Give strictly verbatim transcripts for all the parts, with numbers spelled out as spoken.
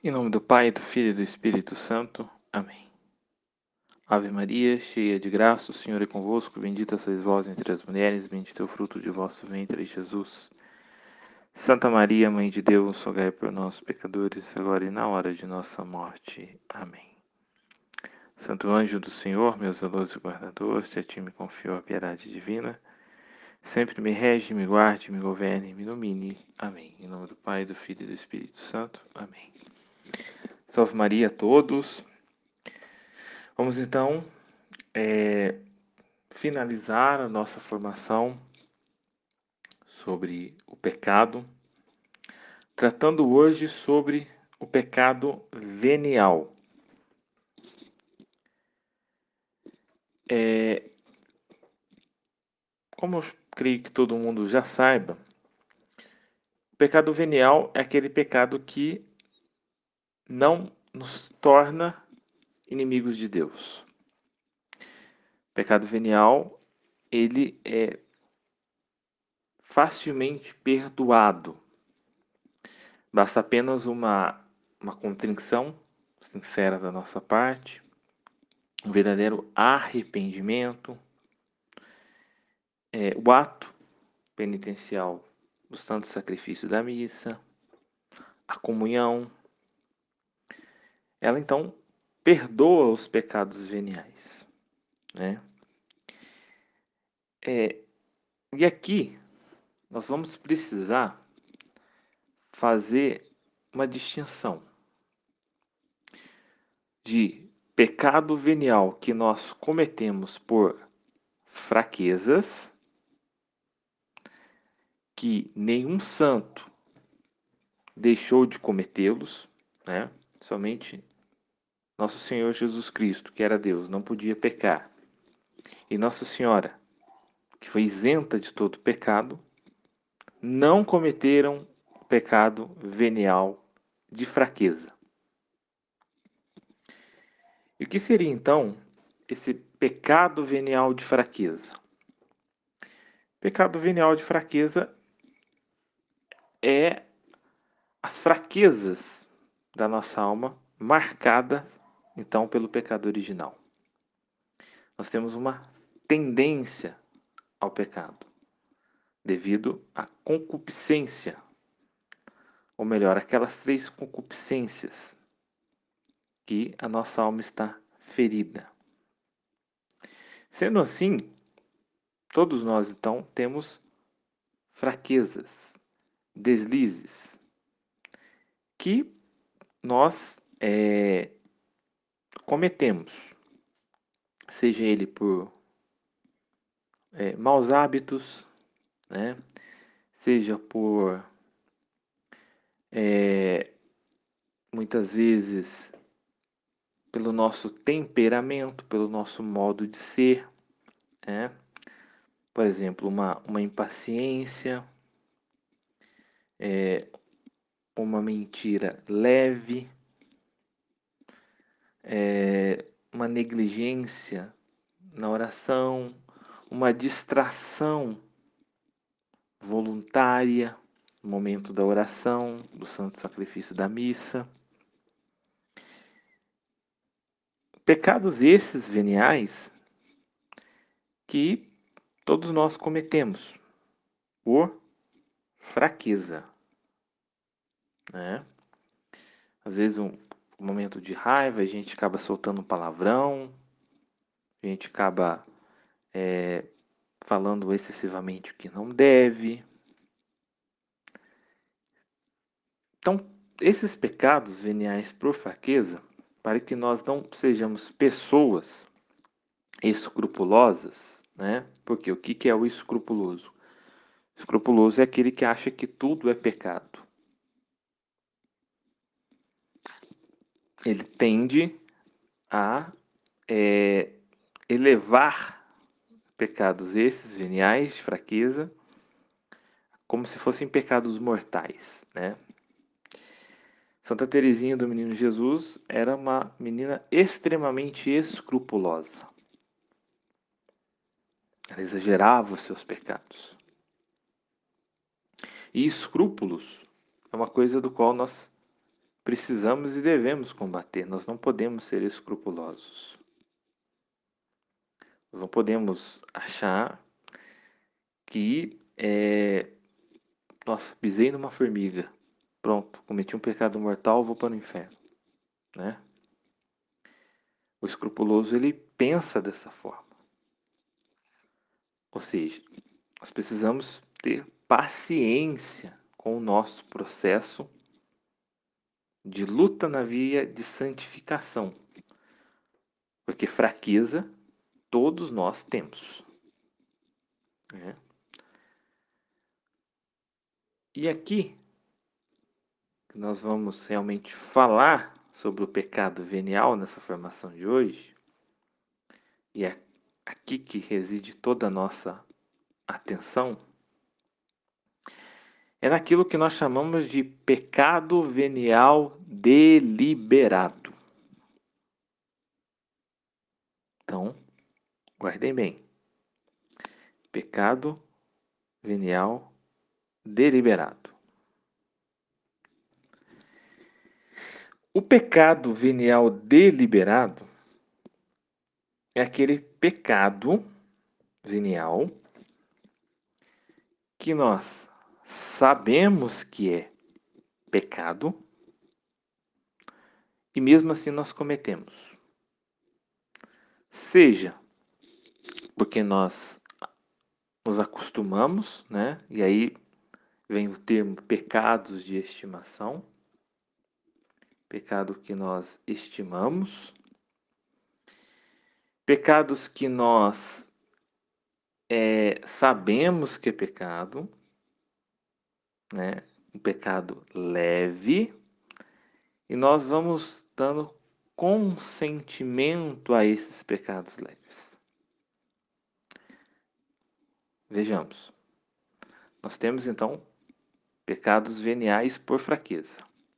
Em nome do Pai, do Filho e do Espírito Santo. Amém. Ave Maria, cheia de graça, o Senhor é convosco. Bendita sois vós entre as mulheres, bendito é o fruto de vosso ventre, Jesus. Santa Maria, Mãe de Deus, rogai por nós, pecadores, agora e na hora de nossa morte. Amém. Santo anjo do Senhor, meu zeloso guardador, se a ti me confiou a piedade divina, sempre me rege, me guarde, me governe, me ilumine. Amém. Em nome do Pai, do Filho e do Espírito Santo. Amém. Salve Maria a todos. Vamos então é, finalizar a nossa formação sobre o pecado, tratando hoje sobre o pecado venial. É, como eu creio que todo mundo já saiba, o pecado venial é aquele pecado que não nos torna inimigos de Deus. O pecado venial, ele é facilmente perdoado. Basta apenas uma, uma contrição sincera da nossa parte, um verdadeiro arrependimento, é, o ato penitencial do santo sacrifício da missa, a comunhão. Ela então perdoa os pecados veniais, né? É, e aqui nós vamos precisar fazer uma distinção de pecado venial que nós cometemos por fraquezas, que nenhum santo deixou de cometê-los, né? Somente nosso Senhor Jesus Cristo, que era Deus, não podia pecar. E Nossa Senhora, que foi isenta de todo pecado, não cometeram o pecado venial de fraqueza. E o que seria então esse pecado venial de fraqueza? Pecado venial de fraqueza é as fraquezas da nossa alma marcada então pelo pecado original. Nós temos uma tendência ao pecado devido à concupiscência, ou melhor, aquelas três concupiscências que a nossa alma está ferida. Sendo assim, todos nós então temos fraquezas, deslizes, que nós é, cometemos, seja ele por é, maus hábitos, né? Seja por é, muitas vezes pelo nosso temperamento, pelo nosso modo de ser, né? Por exemplo, uma, uma impaciência, é, uma mentira leve, é, uma negligência na oração, uma distração voluntária no momento da oração, do santo sacrifício da missa. Pecados esses veniais que todos nós cometemos por fraqueza, né? Às vezes um, um momento de raiva a gente acaba soltando um palavrão, a gente acaba é, falando excessivamente o que não deve. Então, esses pecados veniais por fraqueza, para que nós não sejamos pessoas escrupulosas, né? Porque o que é o escrupuloso? O escrupuloso é aquele que acha que tudo é pecado. Ele tende a é, elevar pecados esses veniais de fraqueza como se fossem pecados mortais, né? Santa Teresinha do Menino Jesus era uma menina extremamente escrupulosa. Ela exagerava os seus pecados. E escrúpulos é uma coisa do qual nós precisamos e devemos combater. Nós não podemos ser escrupulosos. Nós não podemos achar que, é, nossa, pisei numa formiga. Pronto, cometi um pecado mortal, vou para o inferno, né? O escrupuloso, ele pensa dessa forma. Ou seja, nós precisamos ter paciência com o nosso processo de luta na via de santificação. Porque fraqueza todos nós temos, né? E aqui nós vamos realmente falar sobre o pecado venial nessa formação de hoje. E é aqui que reside toda a nossa atenção. É naquilo que nós chamamos de pecado venial deliberado. Então, guardem bem. Pecado venial deliberado. O pecado venial deliberado é aquele pecado venial que nós sabemos que é pecado e mesmo assim nós cometemos. Seja porque nós nos acostumamos, né? E aí vem o termo pecados de estimação. Pecado que nós estimamos. Pecados que nós é, sabemos que é pecado, né? Um pecado leve. E nós vamos dando consentimento a esses pecados leves. Vejamos. Nós temos então pecados veniais por fraqueza.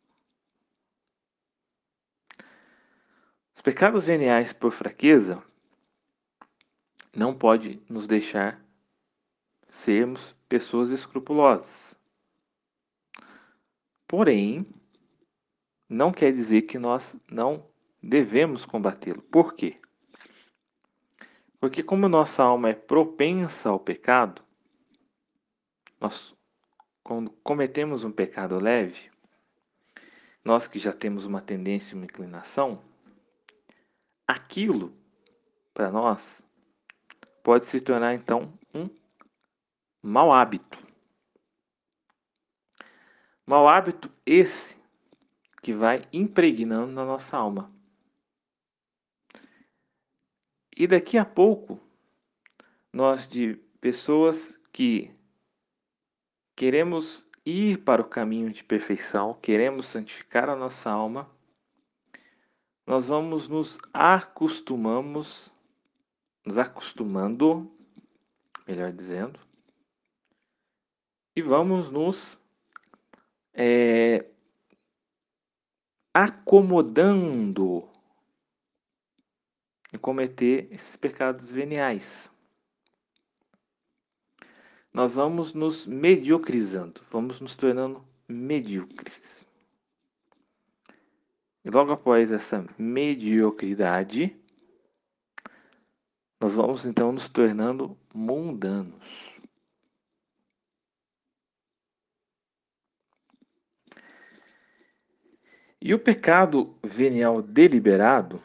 Os pecados veniais por fraqueza não pode nos deixar sermos pessoas escrupulosas. Porém, não quer dizer que nós não devemos combatê-lo. Por quê? Porque como nossa alma é propensa ao pecado, nós, quando cometemos um pecado leve, nós que já temos uma tendência, uma inclinação, aquilo, para nós, pode se tornar então um mau hábito. Mau hábito esse que vai impregnando na nossa alma. E daqui a pouco, nós de pessoas que queremos ir para o caminho de perfeição, queremos santificar a nossa alma, nós vamos nos acostumamos, nos acostumando, melhor dizendo, e vamos nos é, acomodando em cometer esses pecados veniais. Nós vamos nos mediocrizando, vamos nos tornando medíocres. E logo após essa mediocridade, nós vamos então nos tornando mundanos. E o pecado venial deliberado,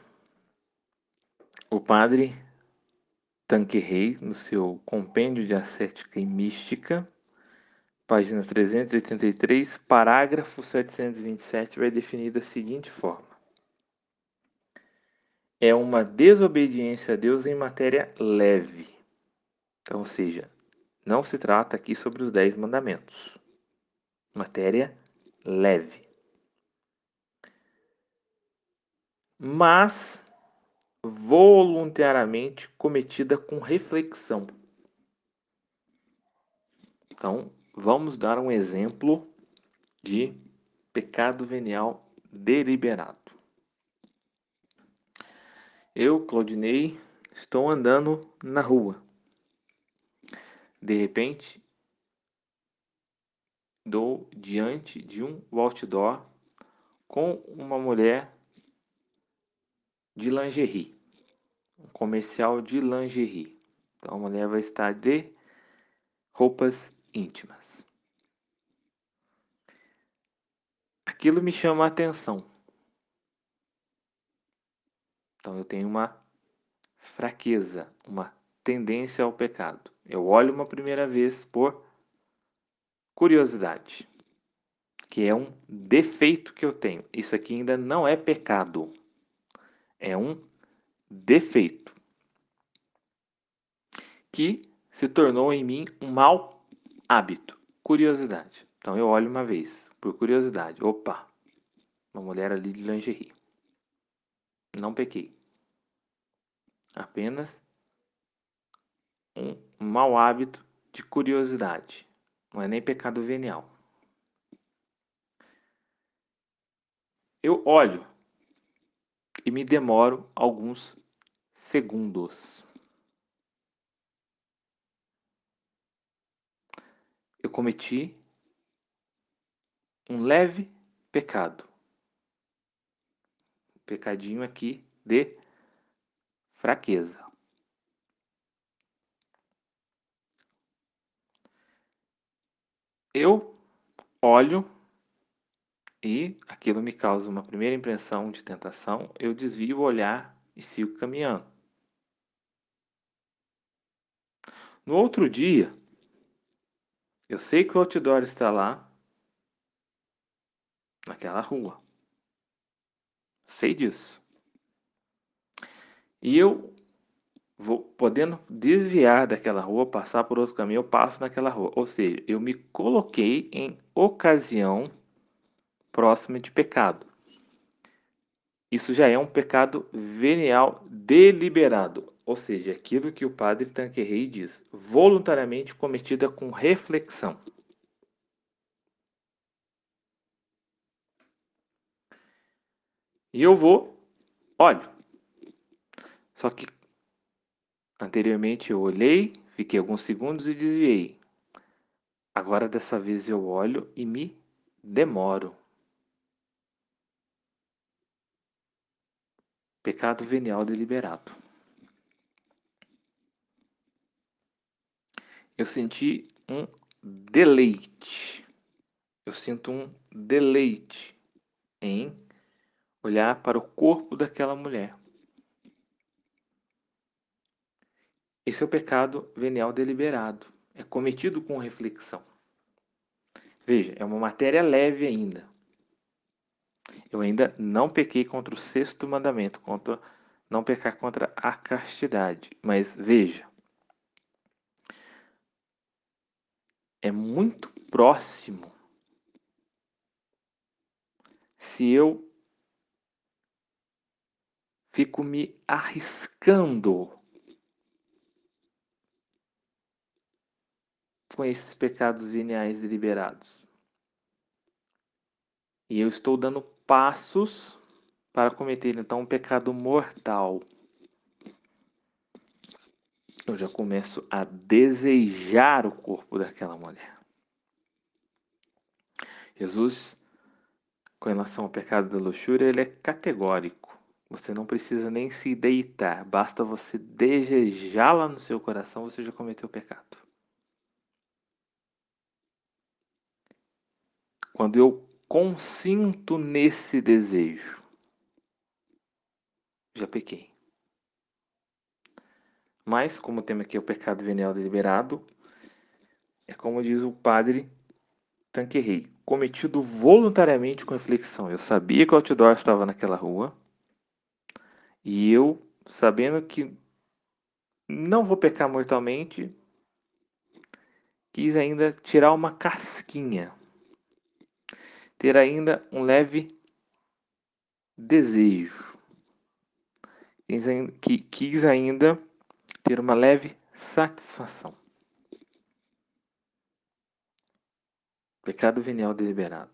o padre Tanqueray, no seu Compêndio de Ascética e Mística, página trezentos e oitenta e três, parágrafo setecentos e vinte e sete, vai definir da seguinte forma: é uma desobediência a Deus em matéria leve. Então, ou seja, não se trata aqui sobre os dez mandamentos. Matéria leve. Mas voluntariamente cometida com reflexão. Então, vamos dar um exemplo de pecado venial deliberado. Eu, Claudinei, estou andando na rua. De repente, dou diante de um outdoor com uma mulher de lingerie, um comercial de lingerie. Então a mulher vai estar de roupas íntimas. Aquilo me chama a atenção. Então eu tenho uma fraqueza, uma tendência ao pecado. Eu olho uma primeira vez por curiosidade, que é um defeito que eu tenho. Isso aqui ainda não é pecado, é um defeito que se tornou em mim um mau hábito, curiosidade. Então eu olho uma vez por curiosidade. Opa, uma mulher ali de lingerie. Não pequei. Apenas um mau hábito de curiosidade. Não é nem pecado venial. Eu olho e me demoro alguns segundos. Eu cometi um leve pecado. Pecadinho aqui de fraqueza. Eu olho e aquilo me causa uma primeira impressão de tentação. Eu desvio o olhar e sigo caminhando. No outro dia, eu sei que o outdoor está lá, naquela rua. Sei disso. E eu vou podendo desviar daquela rua, passar por outro caminho, eu passo naquela rua. Ou seja, eu me coloquei em ocasião próxima de pecado. Isso já é um pecado venial deliberado, ou seja, aquilo que o padre Tanqueray diz, voluntariamente cometida com reflexão. E eu vou, olho. Só que anteriormente eu olhei, fiquei alguns segundos e desviei. Agora dessa vez eu olho e me demoro. Pecado venial deliberado. Eu senti um deleite. Eu sinto um deleite em olhar para o corpo daquela mulher. Esse é o pecado venial deliberado. É cometido com reflexão. Veja, é uma matéria leve ainda. Eu ainda não pequei contra o sexto mandamento, contra não pecar contra a castidade. Mas veja, é muito próximo se eu fico me arriscando com esses pecados veniais deliberados. E eu estou dando passos para cometer então um pecado mortal. Eu já começo a desejar o corpo daquela mulher. Jesus, com relação ao pecado da luxúria, ele é categórico. Você não precisa nem se deitar, basta você desejá-la no seu coração, você já cometeu o pecado. Quando eu consinto nesse desejo, já pequei. Mas, como o tema aqui é o pecado venial deliberado, é como diz o padre Tanqueray, cometido voluntariamente com reflexão. Eu sabia que o outdoor estava naquela rua, e eu, sabendo que não vou pecar mortalmente, quis ainda tirar uma casquinha, ter ainda um leve desejo, quis ainda ter uma leve satisfação. Pecado venial deliberado.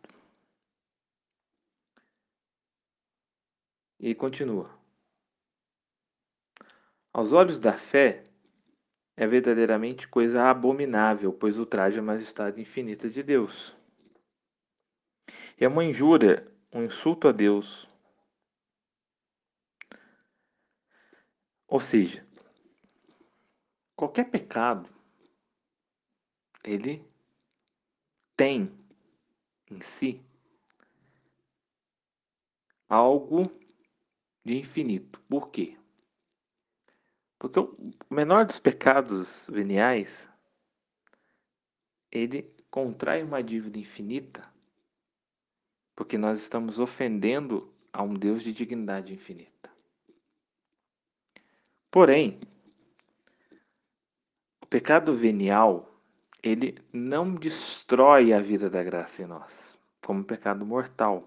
E continua. Aos olhos da fé, é verdadeiramente coisa abominável, pois ultraja a majestade infinita de Deus. É uma injúria, um insulto a Deus. Ou seja, qualquer pecado, ele tem em si algo de infinito. Por quê? Porque o menor dos pecados veniais, ele contrai uma dívida infinita, porque nós estamos ofendendo a um Deus de dignidade infinita. Porém, o pecado venial, ele não destrói a vida da graça em nós, como o pecado mortal.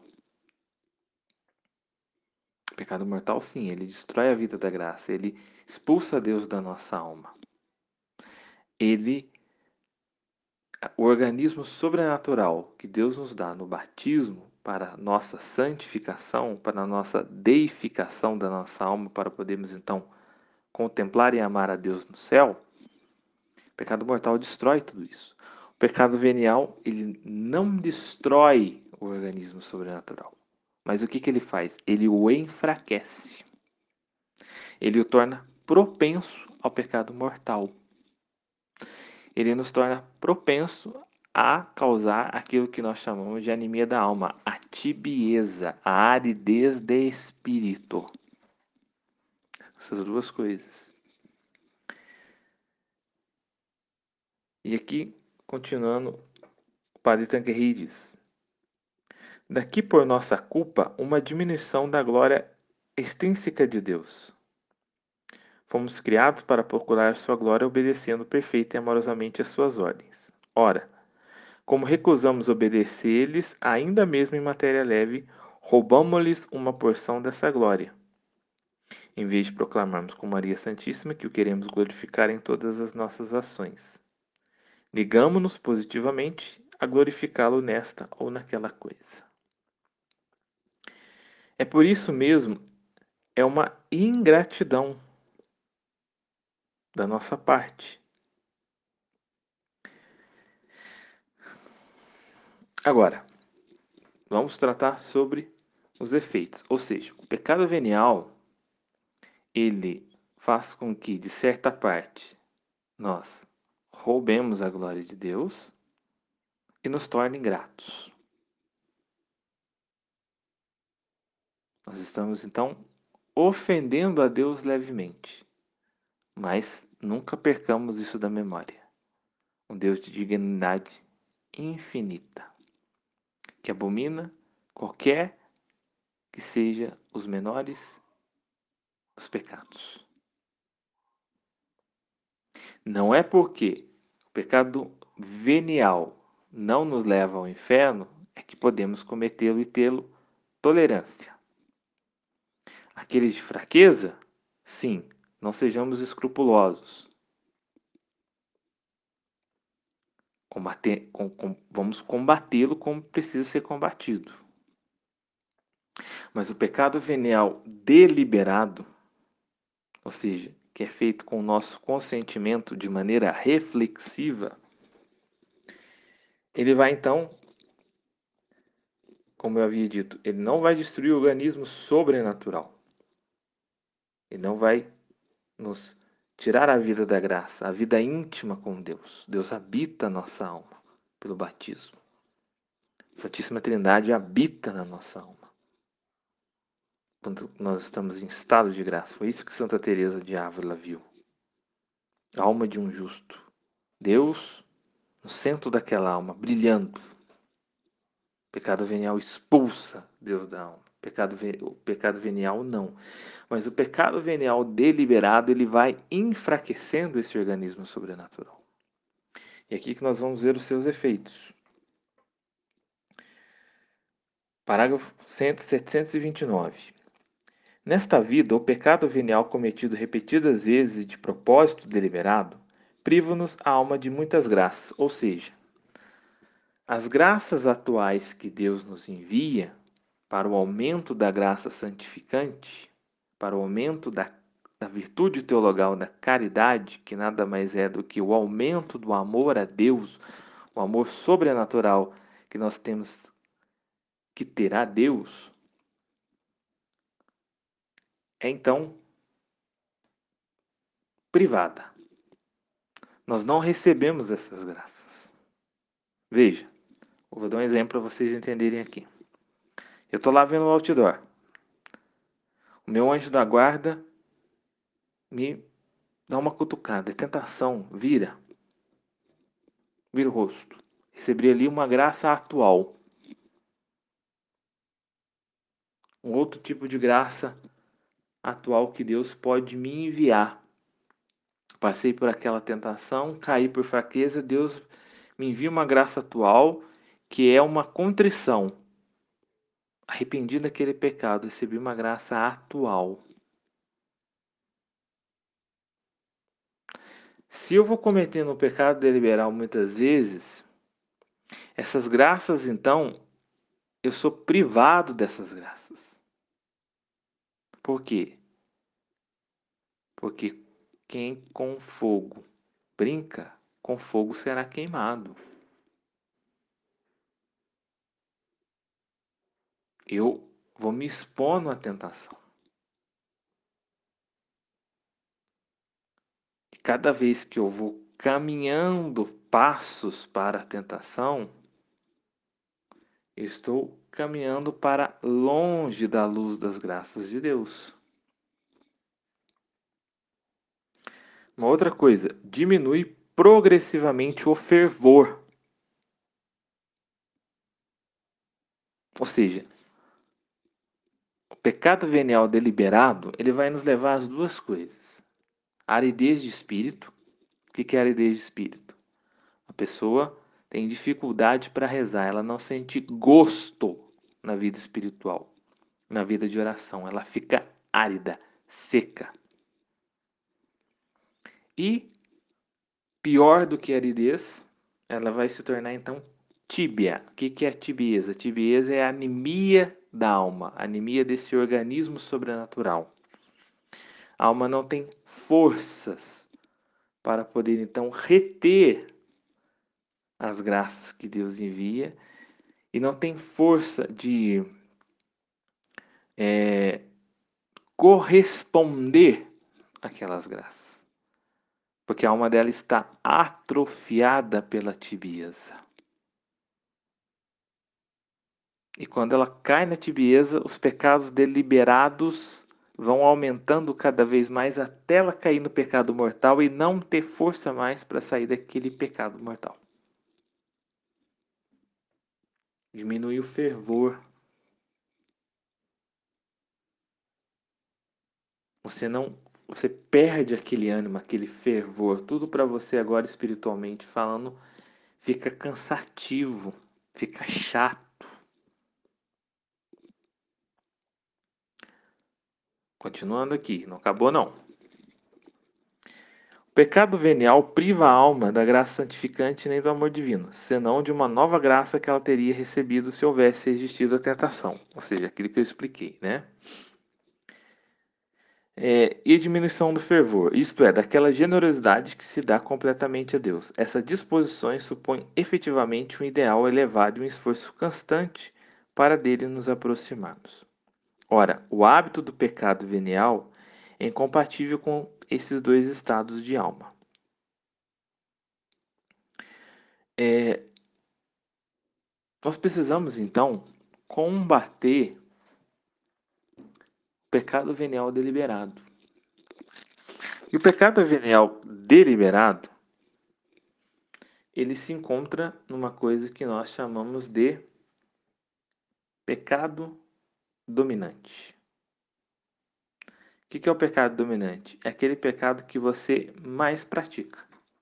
O pecado mortal, sim, ele destrói a vida da graça, ele expulsa Deus da nossa alma. Ele, o organismo sobrenatural que Deus nos dá no batismo para nossa santificação, para nossa deificação da nossa alma, para podermos então contemplar e amar a Deus no céu, o pecado mortal destrói tudo isso. O pecado venial, ele não destrói o organismo sobrenatural. Mas o que, que ele faz? Ele o enfraquece. Ele o torna propenso ao pecado mortal. Ele nos torna propenso a causar aquilo que nós chamamos de anemia da alma, a tibieza, a aridez de espírito. Essas duas coisas. E aqui, continuando, o padre Tanqueray diz: daqui por nossa culpa, uma diminuição da glória extrínseca de Deus. Fomos criados para procurar sua glória obedecendo perfeita e amorosamente às suas ordens. Ora, como recusamos obedecer-lhes, ainda mesmo em matéria leve, roubamo-lhes uma porção dessa glória. Em vez de proclamarmos com Maria Santíssima que o queremos glorificar em todas as nossas ações. Negamo-nos positivamente a glorificá-lo nesta ou naquela coisa. É por isso mesmo, é uma ingratidão da nossa parte. Agora, vamos tratar sobre os efeitos. Ou seja, o pecado venial, ele faz com que, de certa parte, nós roubemos a glória de Deus e nos torne ingratos. Nós estamos, então, ofendendo a Deus levemente, mas nunca percamos isso da memória. Um Deus de dignidade infinita, que abomina qualquer que seja os menores dos pecados. Não é porque o pecado venial não nos leva ao inferno é que podemos cometê-lo e tê-lo tolerância. Aqueles de fraqueza, sim, não sejamos escrupulosos. Combater, com, com, vamos combatê-lo como precisa ser combatido. Mas o pecado venial deliberado, ou seja, que é feito com o nosso consentimento de maneira reflexiva, ele vai então, como eu havia dito, ele não vai destruir o organismo sobrenatural. Ele não vai nos tirar a vida da graça, a vida íntima com Deus. Deus habita a nossa alma pelo batismo. A Santíssima Trindade habita na nossa alma quando nós estamos em estado de graça. Foi isso que Santa Teresa de Ávila viu. A alma de um justo. Deus no centro daquela alma, brilhando. O pecado venial expulsa Deus da alma. O pecado, o pecado venial não. Mas o pecado venial deliberado, ele vai enfraquecendo esse organismo sobrenatural. E aqui que nós vamos ver os seus efeitos. Parágrafo setecentos e vinte e nove. Nesta vida, o pecado venial cometido repetidas vezes e de propósito deliberado, priva-nos a alma de muitas graças, ou seja, as graças atuais que Deus nos envia para o aumento da graça santificante, para o aumento da, da virtude teologal da caridade, que nada mais é do que o aumento do amor a Deus, o amor sobrenatural que nós temos que terá Deus é então privada. Nós não recebemos essas graças. Veja, eu vou dar um exemplo para vocês entenderem aqui. Eu estou lá vendo o outdoor. O meu anjo da guarda me dá uma cutucada. É tentação, vira. Vira o rosto. Recebi ali uma graça atual. Um outro tipo de graça atual que Deus pode me enviar. Passei por aquela tentação, caí por fraqueza, Deus me envia uma graça atual que é uma contrição. Arrependi daquele pecado, recebi uma graça atual. Se eu vou cometendo um pecado deliberado muitas vezes, essas graças então, eu sou privado dessas graças. Por quê? Porque quem com fogo brinca, com fogo será queimado. Eu vou me expor à tentação. E cada vez que eu vou caminhando passos para a tentação, eu estou caminhando para longe da luz das graças de Deus. Uma outra coisa, diminui progressivamente o fervor. Ou seja, o pecado venial deliberado, ele vai nos levar às duas coisas. A aridez de espírito. O que é aridez de espírito? A pessoa tem dificuldade para rezar, ela não sente gosto na vida espiritual, na vida de oração. Ela fica árida, seca. E, pior do que a aridez, ela vai se tornar então tíbia. O que é a tibieza? A tibieza é a anemia da alma, a anemia desse organismo sobrenatural. A alma não tem forças para poder então reter as graças que Deus envia e não tem força de é, corresponder àquelas graças. Porque a alma dela está atrofiada pela tibieza. E quando ela cai na tibieza, os pecados deliberados vão aumentando cada vez mais até ela cair no pecado mortal e não ter força mais para sair daquele pecado mortal. Diminui o fervor. Você não, você perde aquele ânimo, aquele fervor. Tudo para você agora espiritualmente falando fica cansativo, fica chato. Continuando aqui, não acabou não. O pecado venial priva a alma da graça santificante nem do amor divino, senão de uma nova graça que ela teria recebido se houvesse existido a tentação. Ou seja, aquilo que eu expliquei, né? É, e diminuição do fervor, isto é, daquela generosidade que se dá completamente a Deus. Essas disposições supõem efetivamente um ideal elevado e um esforço constante para dele nos aproximarmos. Ora, o hábito do pecado venial é incompatível com esses dois estados de alma. É, nós precisamos, então, combater o pecado venial deliberado. E o pecado venial deliberado, ele se encontra numa coisa que nós chamamos de pecado dominante. O que é o pecado dominante? É aquele pecado que você mais pratica.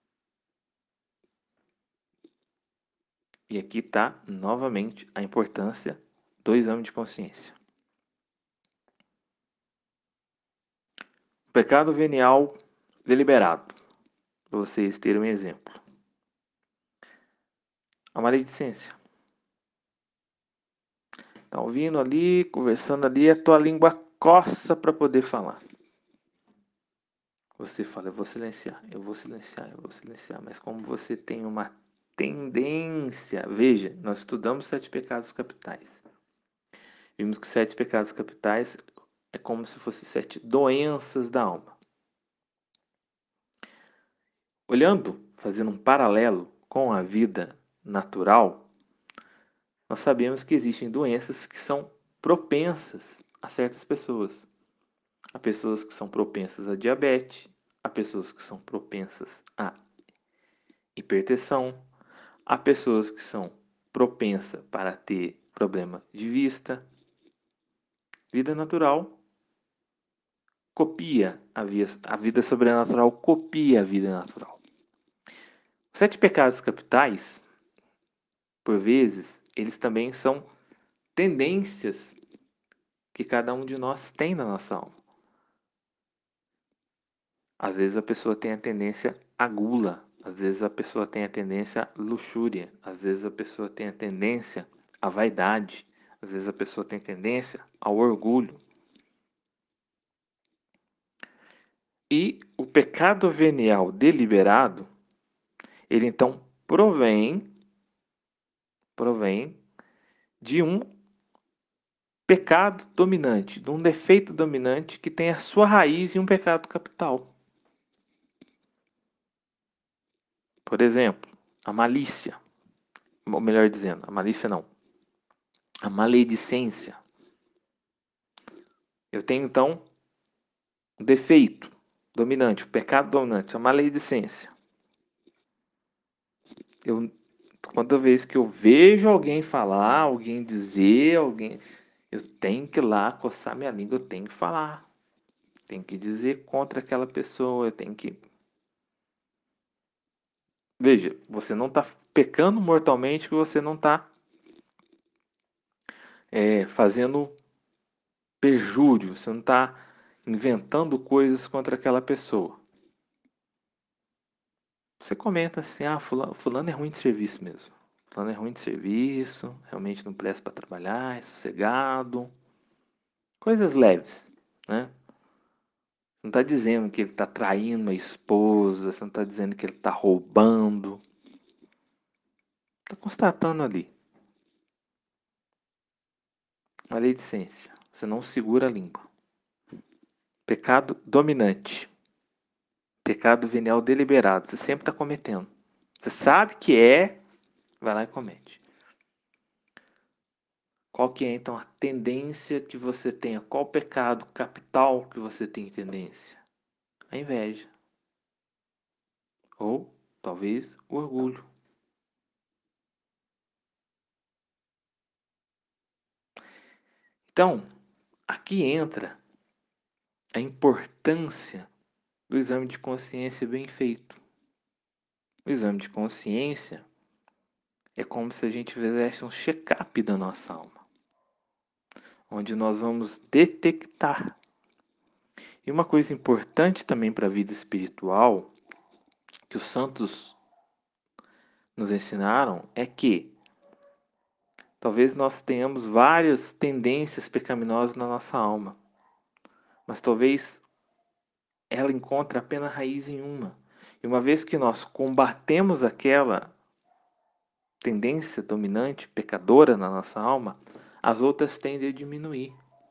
E aqui está, novamente, a importância do exame de consciência. O pecado venial deliberado, para vocês terem um exemplo. A maledicência. Tá ouvindo ali, conversando ali, a tua língua coça para poder falar. Você fala, eu vou silenciar, eu vou silenciar, eu vou silenciar. Mas como você tem uma tendência... Veja, nós estudamos sete pecados capitais. Vimos que sete pecados capitais é como se fossem sete doenças da alma. Olhando, fazendo um paralelo com a vida natural, nós sabemos que existem doenças que são propensas a certas pessoas. Há pessoas que são propensas a diabetes, há pessoas que são propensas a hipertensão, há pessoas que são propensas para ter problema de vista. Vida natural copia a vida, a vida sobrenatural copia a vida natural. Os sete pecados capitais, por vezes, eles também são tendências que cada um de nós tem na nossa alma. Às vezes a pessoa tem a tendência à gula, às vezes a pessoa tem a tendência à luxúria, às vezes a pessoa tem a tendência à vaidade, às vezes a pessoa tem tendência ao orgulho. E o pecado venial deliberado, ele então provém, provém de um pecado dominante, de um defeito dominante que tem a sua raiz em um pecado capital. Por exemplo, a malícia, ou melhor dizendo, a malícia não, a maledicência. Eu tenho então um defeito dominante, o pecado dominante, a maledicência. Eu, toda vez que eu vejo alguém falar, alguém dizer, alguém, eu tenho que ir lá coçar minha língua, eu tenho que falar. Tenho que dizer contra aquela pessoa, eu tenho que... Veja, você não está pecando mortalmente, que você não está é, fazendo perjúrio, você não está inventando coisas contra aquela pessoa. Você comenta assim, ah, fulano, fulano é ruim de serviço mesmo. Fulano é ruim de serviço, realmente não presta para trabalhar, é sossegado. Coisas leves, né? Você não está dizendo que ele está traindo a esposa, você não está dizendo que ele está roubando. Está constatando ali. Maledicência. Você não segura a língua. Pecado dominante. Pecado venial deliberado. Você sempre está cometendo. Você sabe que é, vai lá e comete. Qual que é então a tendência que você tenha? Qual pecado capital que você tem tendência? A inveja. Ou talvez o orgulho. Então, aqui entra a importância do exame de consciência bem feito. O exame de consciência é como se a gente fizesse um check-up da nossa alma, onde nós vamos detectar. E uma coisa importante também para a vida espiritual, que os santos nos ensinaram, é que talvez nós tenhamos várias tendências pecaminosas na nossa alma, mas talvez ela encontre apenas raiz em uma. E uma vez que nós combatemos aquela tendência dominante, pecadora na nossa alma, as outras tendem a diminuir.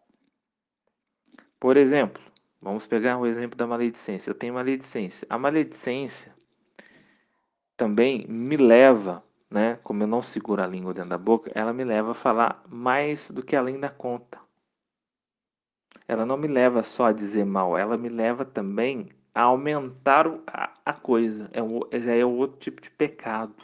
Por exemplo, vamos pegar o exemplo da maledicência. Eu tenho maledicência. A maledicência também me leva, né, como eu não seguro a língua dentro da boca, ela me leva a falar mais do que além da conta. Ela não me leva só a dizer mal, ela me leva também a aumentar a, a coisa. É um, já é outro tipo de pecado.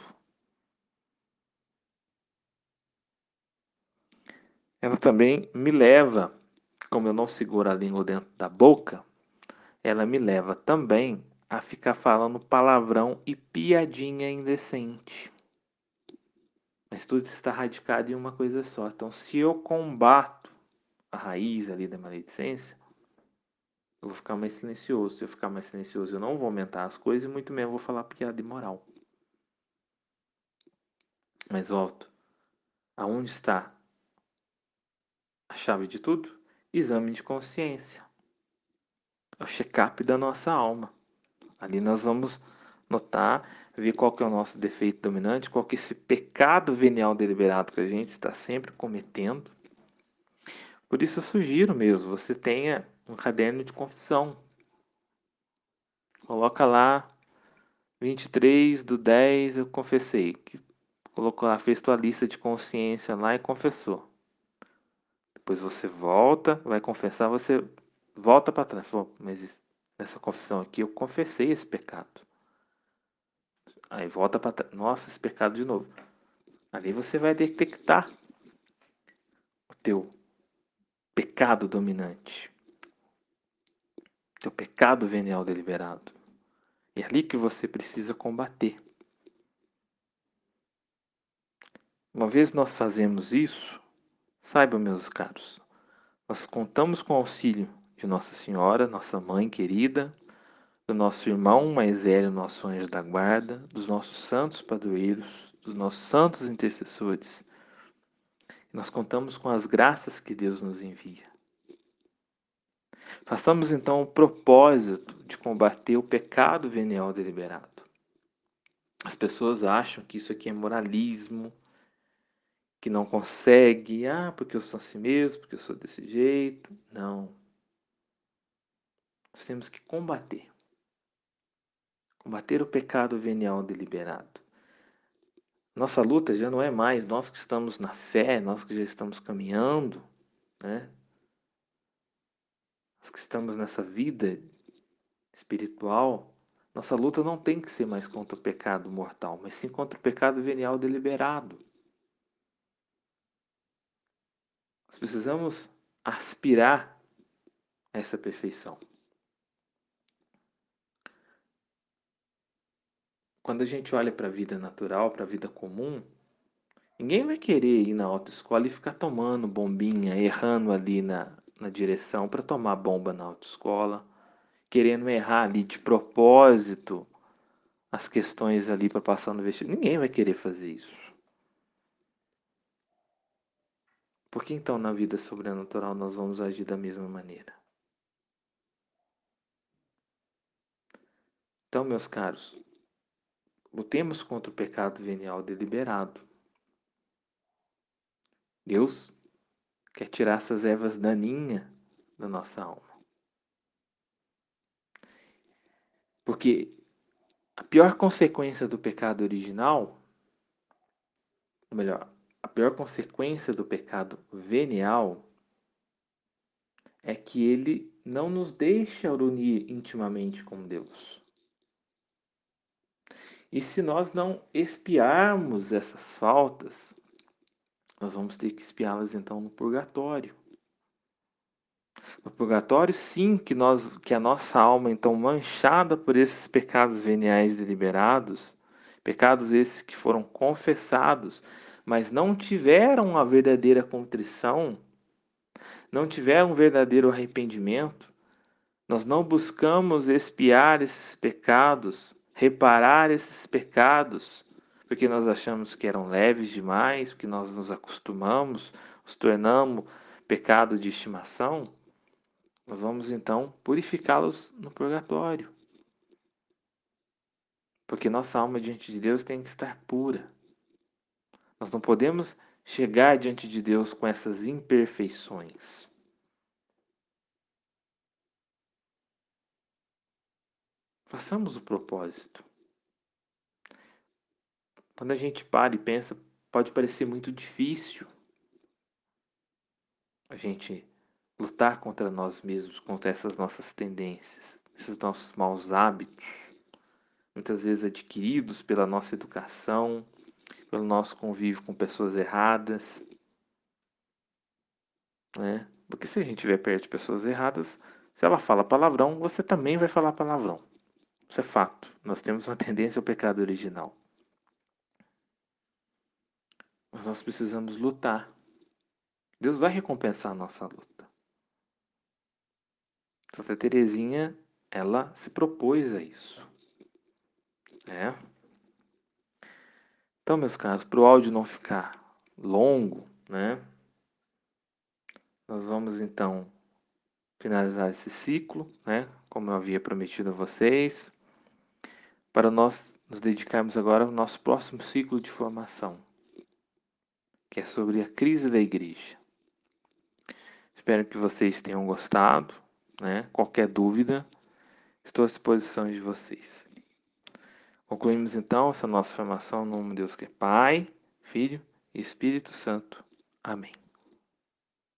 Ela também me leva, como eu não seguro a língua dentro da boca, ela me leva também a ficar falando palavrão e piadinha indecente. Mas tudo está radicado em uma coisa só. Então, se eu combato a raiz ali da maledicência, eu vou ficar mais silencioso. Se eu ficar mais silencioso, eu não vou aumentar as coisas e muito menos vou falar piada imoral. Mas volto. Aonde está a chave de tudo? Exame de consciência. É o check-up da nossa alma. Ali nós vamos notar, ver qual que é o nosso defeito dominante, qual que é esse pecado venial deliberado que a gente está sempre cometendo. Por isso eu sugiro mesmo, você tenha um caderno de confissão. Coloca lá, vinte e três do dez eu confessei. Colocou lá, fez tua lista de consciência lá e confessou. Depois você volta, vai confessar, você volta para trás. Falou, mas nessa confissão aqui eu confessei esse pecado. Aí volta para trás. Nossa, esse pecado de novo. Ali você vai detectar o teu pecado dominante. Teu pecado venial deliberado. É ali que você precisa combater. Uma vez nós fazemos isso, saiba, meus caros, nós contamos com o auxílio de Nossa Senhora, nossa mãe querida, do nosso irmão mais velho, nosso anjo da guarda, dos nossos santos padroeiros, dos nossos santos intercessores. Nós contamos com as graças que Deus nos envia. Façamos então o propósito de combater o pecado venial deliberado. As pessoas acham que isso aqui é moralismo, que não consegue, ah, porque eu sou assim mesmo, porque eu sou desse jeito. Não. Nós temos que combater. Combater o pecado venial deliberado. Nossa luta já não é mais nós que estamos na fé, nós que já estamos caminhando, né? Nós que estamos nessa vida espiritual. Nossa luta não tem que ser mais contra o pecado mortal, mas sim contra o pecado venial deliberado. Nós precisamos aspirar a essa perfeição. Quando a gente olha para a vida natural, para a vida comum, ninguém vai querer ir na autoescola e ficar tomando bombinha, errando ali na, na direção para tomar bomba na autoescola, querendo errar ali de propósito as questões ali para passar no vestibular. Ninguém vai querer fazer isso. Por que então na vida sobrenatural nós vamos agir da mesma maneira? Então, meus caros, lutemos contra o pecado venial deliberado. Deus quer tirar essas ervas daninhas da nossa alma. Porque a pior consequência do pecado original, ou melhor, a pior consequência do pecado venial é que ele não nos deixa unir intimamente com Deus. E se nós não expiarmos essas faltas, nós vamos ter que expiá-las então no purgatório. No purgatório, sim, que, nós, que a nossa alma, então, manchada por esses pecados veniais deliberados, pecados esses que foram confessados, mas não tiveram a verdadeira contrição, não tiveram um verdadeiro arrependimento, nós não buscamos expiar esses pecados, reparar esses pecados, porque nós achamos que eram leves demais, porque nós nos acostumamos, os tornamos pecado de estimação. Nós vamos então purificá-los no purgatório. Porque nossa alma diante de Deus tem que estar pura. Nós não podemos chegar diante de Deus com essas imperfeições. Façamos o propósito. Quando a gente para e pensa, pode parecer muito difícil a gente lutar contra nós mesmos, contra essas nossas tendências, esses nossos maus hábitos, muitas vezes adquiridos pela nossa educação, pelo nosso convívio com pessoas erradas, né? Porque se a gente estiver perto de pessoas erradas, se ela fala palavrão, você também vai falar palavrão. Isso é fato. Nós temos uma tendência ao pecado original. Mas nós precisamos lutar. Deus vai recompensar a nossa luta. Santa Teresinha, ela se propôs a isso. Né? Então, meus caros, para o áudio não ficar longo, né? Nós vamos então finalizar esse ciclo, né? Como eu havia prometido a vocês, para nós nos dedicarmos agora ao nosso próximo ciclo de formação, que é sobre a crise da igreja. Espero que vocês tenham gostado, né? Qualquer dúvida, estou à disposição de vocês. Concluímos então essa nossa formação no nome de Deus que é Pai, Filho e Espírito Santo. Amém.